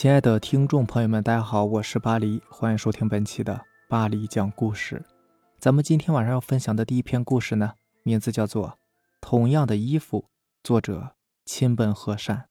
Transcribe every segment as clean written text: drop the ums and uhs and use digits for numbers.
亲爱的听众朋友们，大家好，我是巴黎，欢迎收听本期的巴黎讲故事。咱们今天晚上要分享的第一篇故事呢，名字叫做《同样的衣服》，作者亲本和善。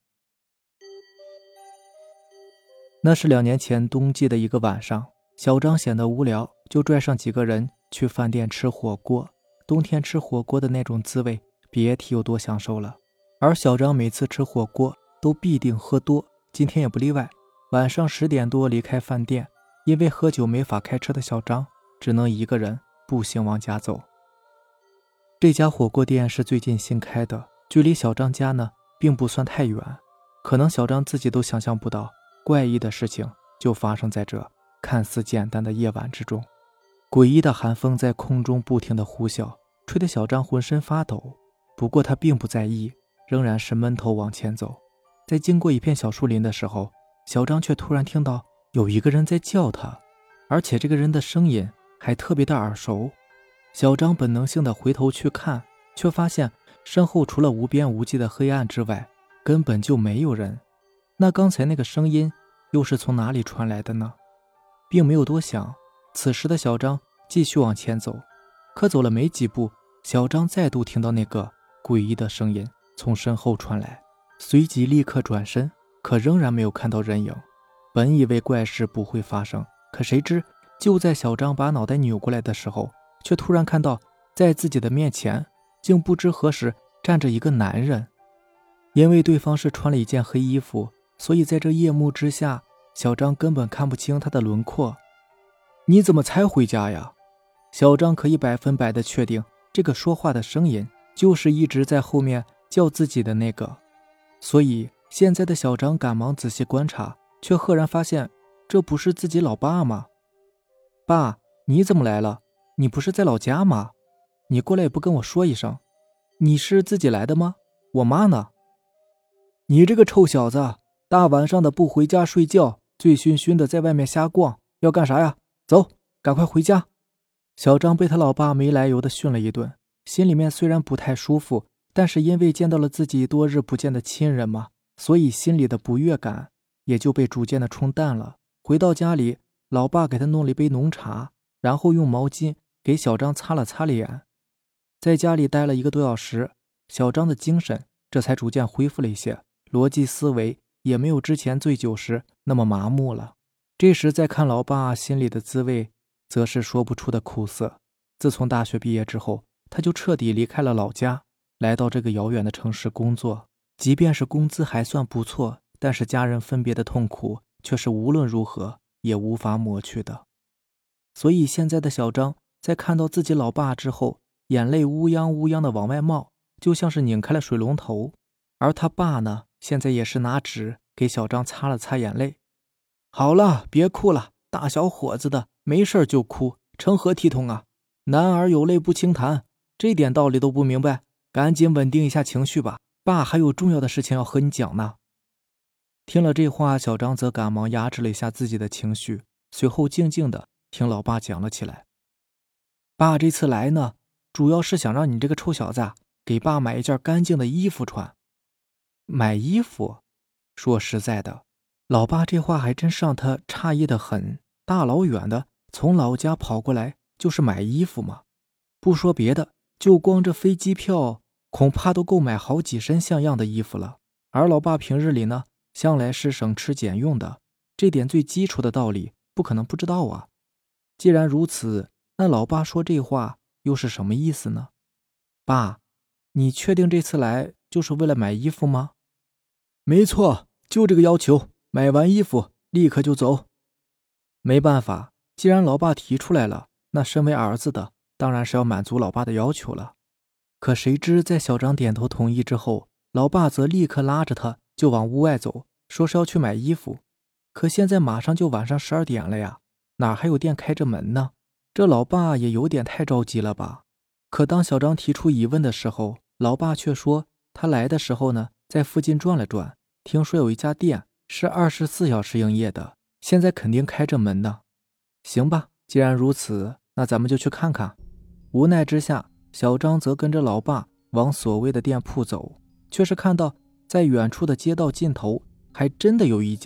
那是2年前冬季的一个晚上，小张显得无聊，就拽上几个人去饭店吃火锅。冬天吃火锅的那种滋味，别提有多享受了。而小张每次吃火锅都必定喝多，今天也不例外。晚上10点多离开饭店，因为喝酒没法开车的小张只能一个人步行往家走。这家火锅店是最近新开的，距离小张家呢并不算太远，可能小张自己都想象不到，怪异的事情就发生在这看似简单的夜晚之中。诡异的寒风在空中不停地呼啸，吹得小张浑身发抖。不过他并不在意，仍然是闷头往前走。在经过一片小树林的时候，小张却突然听到有一个人在叫他，而且这个人的声音还特别的耳熟。小张本能性的回头去看，却发现身后除了无边无际的黑暗之外，根本就没有人。那刚才那个声音又是从哪里传来的呢？并没有多想，此时的小张继续往前走。可走了没几步，小张再度听到那个诡异的声音从身后传来，随即立刻转身，可仍然没有看到人影。本以为怪事不会发生，可谁知就在小张把脑袋扭过来的时候，却突然看到在自己的面前竟不知何时站着一个男人。因为对方是穿了一件黑衣服，所以在这夜幕之下，小张根本看不清他的轮廓。你怎么才回家呀？小张可以100%的确定，这个说话的声音就是一直在后面叫自己的那个。所以现在的小张赶忙仔细观察，却赫然发现这不是自己老爸吗？爸，你怎么来了？你不是在老家吗？你过来也不跟我说一声。你是自己来的吗？我妈呢？你这个臭小子，大晚上的不回家睡觉，醉醺醺的在外面瞎逛，要干啥呀？走，赶快回家。小张被他老爸没来由的训了一顿，心里面虽然不太舒服，但是因为见到了自己多日不见的亲人嘛，所以心里的不悦感也就被逐渐的冲淡了。回到家里，老爸给他弄了一杯浓茶，然后用毛巾给小张擦了擦脸。在家里待了1个多小时，小张的精神这才逐渐恢复了一些，逻辑思维也没有之前醉酒时那么麻木了。这时再看老爸心里的滋味，则是说不出的苦涩。自从大学毕业之后，他就彻底离开了老家，来到这个遥远的城市工作。即便是工资还算不错，但是家人分别的痛苦却是无论如何也无法抹去的。所以现在的小张在看到自己老爸之后，眼泪乌泱乌泱的往外冒，就像是拧开了水龙头。而他爸呢，现在也是拿纸给小张擦了擦眼泪。好了，别哭了，大小伙子的没事就哭，成何体统啊？男儿有泪不轻弹，这点道理都不明白，赶紧稳定一下情绪吧，爸还有重要的事情要和你讲呢。听了这话，小张则赶忙压制了一下自己的情绪，随后静静的听老爸讲了起来。爸这次来呢，主要是想让你这个臭小子给爸买一件干净的衣服穿。买衣服？说实在的，老爸这话还真是让他诧异的很，大老远的从老家跑过来就是买衣服吗？不说别的，就光这飞机票恐怕都够买好几身像样的衣服了。而老爸平日里呢，向来是省吃俭用的，这点最基础的道理不可能不知道啊。既然如此，那老爸说这话又是什么意思呢？爸，你确定这次来就是为了买衣服吗？没错，就这个要求，买完衣服立刻就走。没办法，既然老爸提出来了，那身为儿子的当然是要满足老爸的要求了。可谁知在小张点头同意之后，老爸则立刻拉着他就往屋外走，说是要去买衣服。可现在马上就晚上12点了呀，哪还有店开着门呢？这老爸也有点太着急了吧。可当小张提出疑问的时候，老爸却说他来的时候呢，在附近转了转，听说有一家店是24小时营业的，现在肯定开着门呢。行吧，既然如此，那咱们就去看看。无奈之下，小张则跟着老爸往所谓的店铺走，却是看到在远处的街道尽头还真的有一家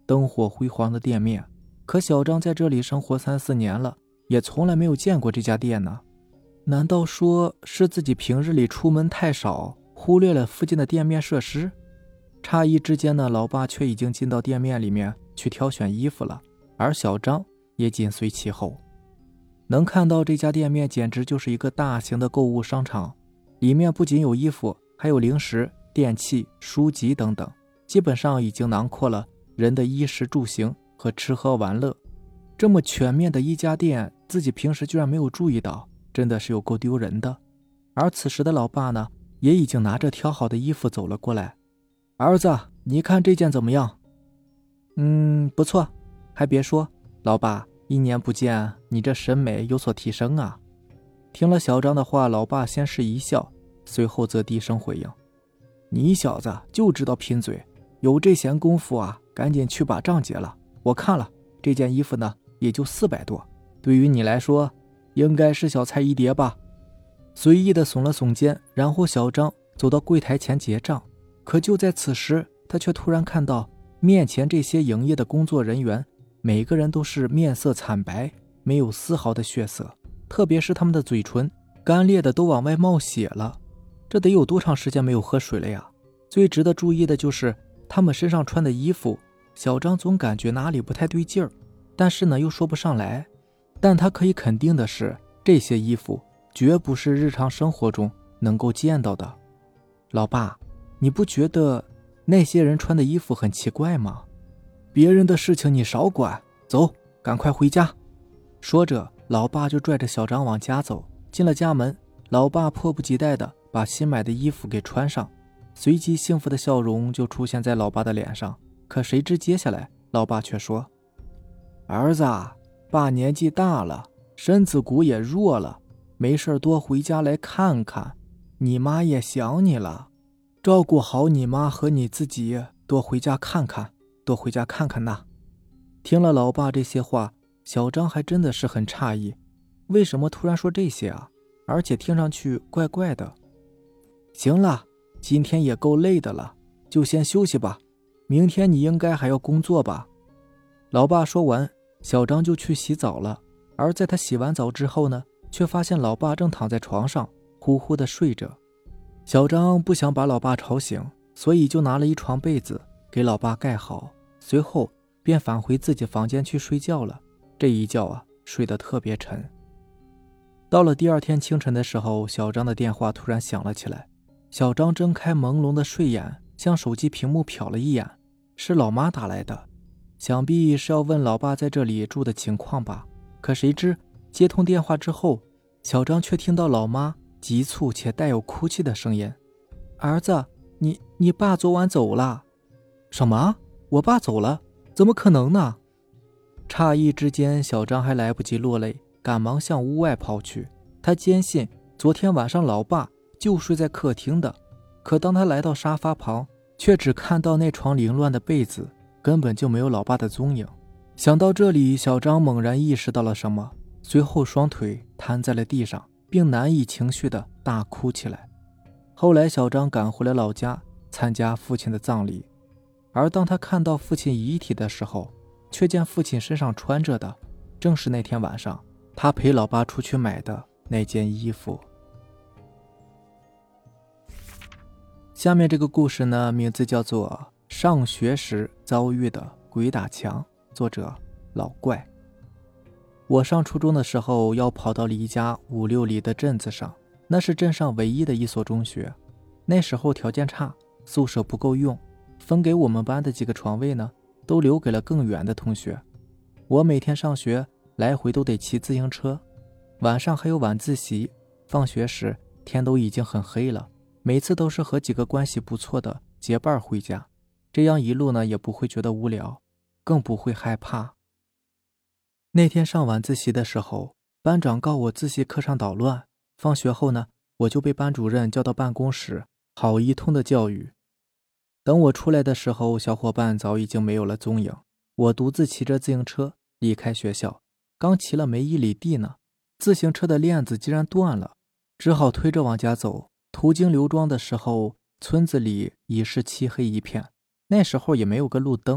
灯火辉煌的店面，可小张在这里生活3-4年了，也从来没有见过这家店呢。难道说是自己平日里出门太少，忽略了附近的店面设施？诧异之间呢，老爸却已经进到店面里面去挑选衣服了，而小张也紧随其后。能看到这家店面简直就是一个大型的购物商场，里面不仅有衣服，还有零食、电器、书籍等等，基本上已经囊括了人的衣食住行和吃喝玩乐。这么全面的一家店，自己平时居然没有注意到，真的是有够丢人的。而此时的老爸呢，也已经拿着挑好的衣服走了过来。儿子，你看这件怎么样？不错。还别说，老爸，1年不见，你这审美有所提升啊。听了小张的话，老爸先是一笑，随后则低声回应：你小子就知道贫嘴，有这闲工夫啊，赶紧去把账结了。我看了这件衣服呢，也就400多，对于你来说应该是小菜一碟吧。随意的耸了耸肩，然后小张走到柜台前结账。可就在此时，他却突然看到面前这些营业的工作人员，每个人都是面色惨白，没有丝毫的血色，特别是他们的嘴唇干裂的都往外冒血了。这得有多长时间没有喝水了呀？最值得注意的就是他们身上穿的衣服，小张总感觉哪里不太对劲儿，但是呢又说不上来。但他可以肯定的是，这些衣服绝不是日常生活中能够见到的。老爸，你不觉得那些人穿的衣服很奇怪吗？别人的事情你少管，走，赶快回家。说着，老爸就拽着小张往家走。进了家门，老爸迫不及待地把新买的衣服给穿上，随即幸福的笑容就出现在老爸的脸上。可谁知接下来，老爸却说：儿子，爸年纪大了，身子骨也弱了，没事多回家来看看，你妈也想你了。照顾好你妈和你自己，多回家看看，多回家看看呐。听了老爸这些话，小张还真的是很诧异，为什么突然说这些啊？而且听上去怪怪的。行了，今天也够累的了，就先休息吧，明天你应该还要工作吧。老爸说完，小张就去洗澡了。而在他洗完澡之后呢，却发现老爸正躺在床上呼呼地睡着。小张不想把老爸吵醒，所以就拿了一床被子给老爸盖好，随后便返回自己房间去睡觉了。这一觉啊，睡得特别沉。到了第二天清晨的时候，小张的电话突然响了起来。小张睁开朦胧的睡眼，向手机屏幕瞟了一眼，是老妈打来的，想必是要问老爸在这里住的情况吧。可谁知接通电话之后，小张却听到老妈急促且带有哭泣的声音：儿子，你爸昨晚走了。什么？我爸走了？怎么可能呢？诧异之间，小张还来不及落泪，赶忙向屋外跑去。他坚信昨天晚上老爸就睡在客厅的，可当他来到沙发旁，却只看到那床凌乱的被子，根本就没有老爸的踪影。想到这里，小张猛然意识到了什么，随后双腿瘫在了地上，并难以情绪地大哭起来。后来小张赶回了老家参加父亲的葬礼，而当他看到父亲遗体的时候，却见父亲身上穿着的正是那天晚上他陪老爸出去买的那件衣服。下面这个故事呢，名字叫做上学时遭遇的鬼打墙，作者老怪。我上初中的时候要跑到离家5-6里的镇子上，那是镇上唯一的一所中学。那时候条件差，宿舍不够用，分给我们班的几个床位呢，都留给了更远的同学。我每天上学来回都得骑自行车，晚上还有晚自习，放学时天都已经很黑了，每次都是和几个关系不错的结伴回家，这样一路呢也不会觉得无聊，更不会害怕。那天上晚自习的时候，班长告我自习课上捣乱，放学后呢，我就被班主任叫到办公室，好一通的教育。等我出来的时候，小伙伴早已经没有了踪影。我独自骑着自行车离开学校，刚骑了没1里地呢，自行车的链子竟然断了，只好推着往家走。途经刘庄的时候，村子里已是漆黑一片，那时候也没有个路灯，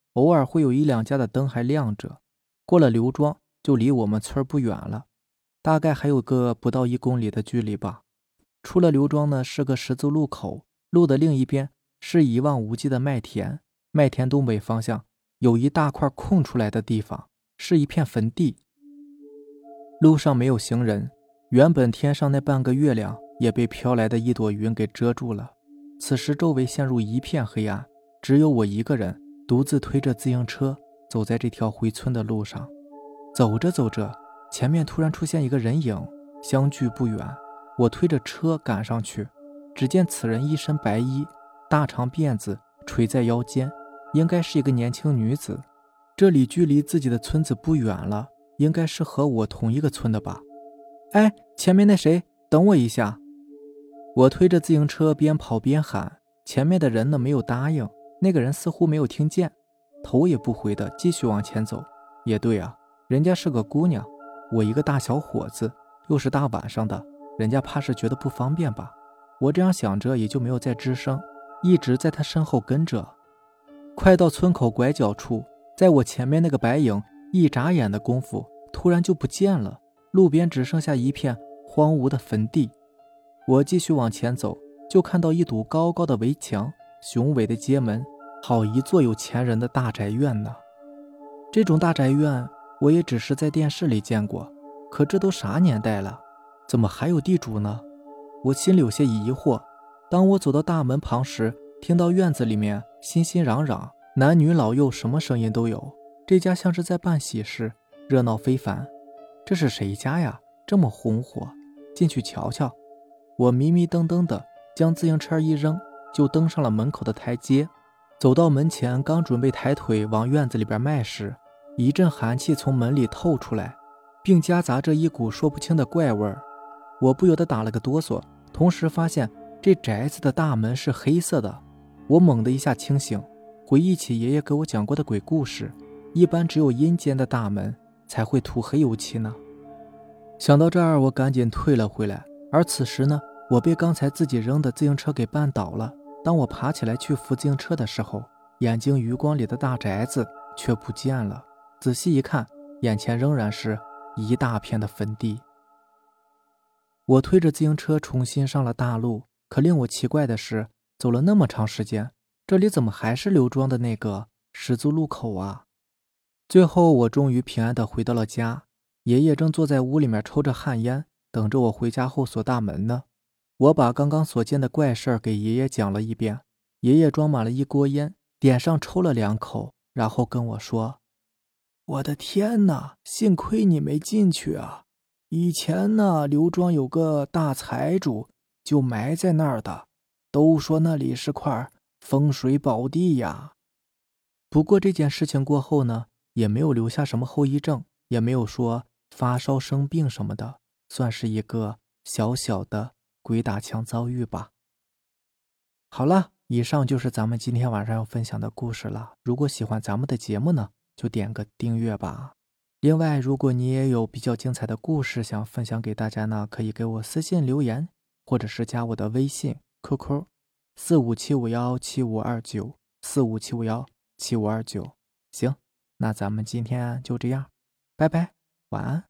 偶尔会有一两家的灯还亮着。过了刘庄就离我们村不远了，大概还有个不到1公里的距离吧。出了刘庄呢，是个十字路口，路的另一边是一望无际的麦田，麦田东北方向有一大块空出来的地方，是一片坟地。路上没有行人，原本天上那半个月亮也被飘来的一朵云给遮住了。此时周围陷入一片黑暗，只有我一个人独自推着自行车走在这条回村的路上。走着走着，前面突然出现一个人影，相距不远。我推着车赶上去，只见此人一身白衣，大长辫子垂在腰间，应该是一个年轻女子。这里距离自己的村子不远了，应该是和我同一个村的吧。哎，前面那谁，等我一下。我推着自行车边跑边喊，前面的人呢没有答应，那个人似乎没有听见，头也不回的继续往前走。也对啊，人家是个姑娘，我一个大小伙子，又是大晚上的，人家怕是觉得不方便吧。我这样想着也就没有再吱声，一直在他身后跟着。快到村口拐角处，在我前面那个白影一眨眼的功夫突然就不见了，路边只剩下一片荒芜的坟地。我继续往前走，就看到一堵高高的围墙，雄伟的街门，好一座有钱人的大宅院呢。这种大宅院我也只是在电视里见过，可这都啥年代了，怎么还有地主呢？我心里有些疑惑。当我走到大门旁时，听到院子里面熙熙攘攘，男女老幼什么声音都有，这家像是在办喜事，热闹非凡。这是谁家呀？这么红火，进去瞧瞧。我迷迷瞪瞪的将自行车一扔，就登上了门口的台阶。走到门前，刚准备抬腿往院子里边迈时，一阵寒气从门里透出来，并夹杂着一股说不清的怪味儿。我不由得打了个哆嗦，同时发现这宅子的大门是黑色的。我猛地一下清醒，回忆起爷爷给我讲过的鬼故事，一般只有阴间的大门才会涂黑油漆呢。想到这儿，我赶紧退了回来。而此时呢，我被刚才自己扔的自行车给绊倒了。当我爬起来去扶自行车的时候，眼睛余光里的大宅子却不见了。仔细一看，眼前仍然是一大片的坟地。我推着自行车重新上了大路，可令我奇怪的是，走了那么长时间，这里怎么还是刘庄的那个十字路口啊？最后我终于平安地回到了家，爷爷正坐在屋里面抽着旱烟，等着我回家后锁大门呢。我把刚刚所见的怪事儿给爷爷讲了一遍，爷爷装满了一锅烟，点上抽了2口，然后跟我说：我的天哪，幸亏你没进去啊！以前呢，刘庄有个大财主就埋在那儿的，都说那里是块风水宝地呀。不过这件事情过后呢，也没有留下什么后遗症，也没有说发烧生病什么的，算是一个小小的鬼打墙遭遇吧。好了，以上就是咱们今天晚上要分享的故事了。如果喜欢咱们的节目呢，就点个订阅吧。另外，如果你也有比较精彩的故事想分享给大家呢，可以给我私信留言，或者是加我的微信 QQ 457517529 457517529。行，那咱们今天就这样，拜拜，晚安。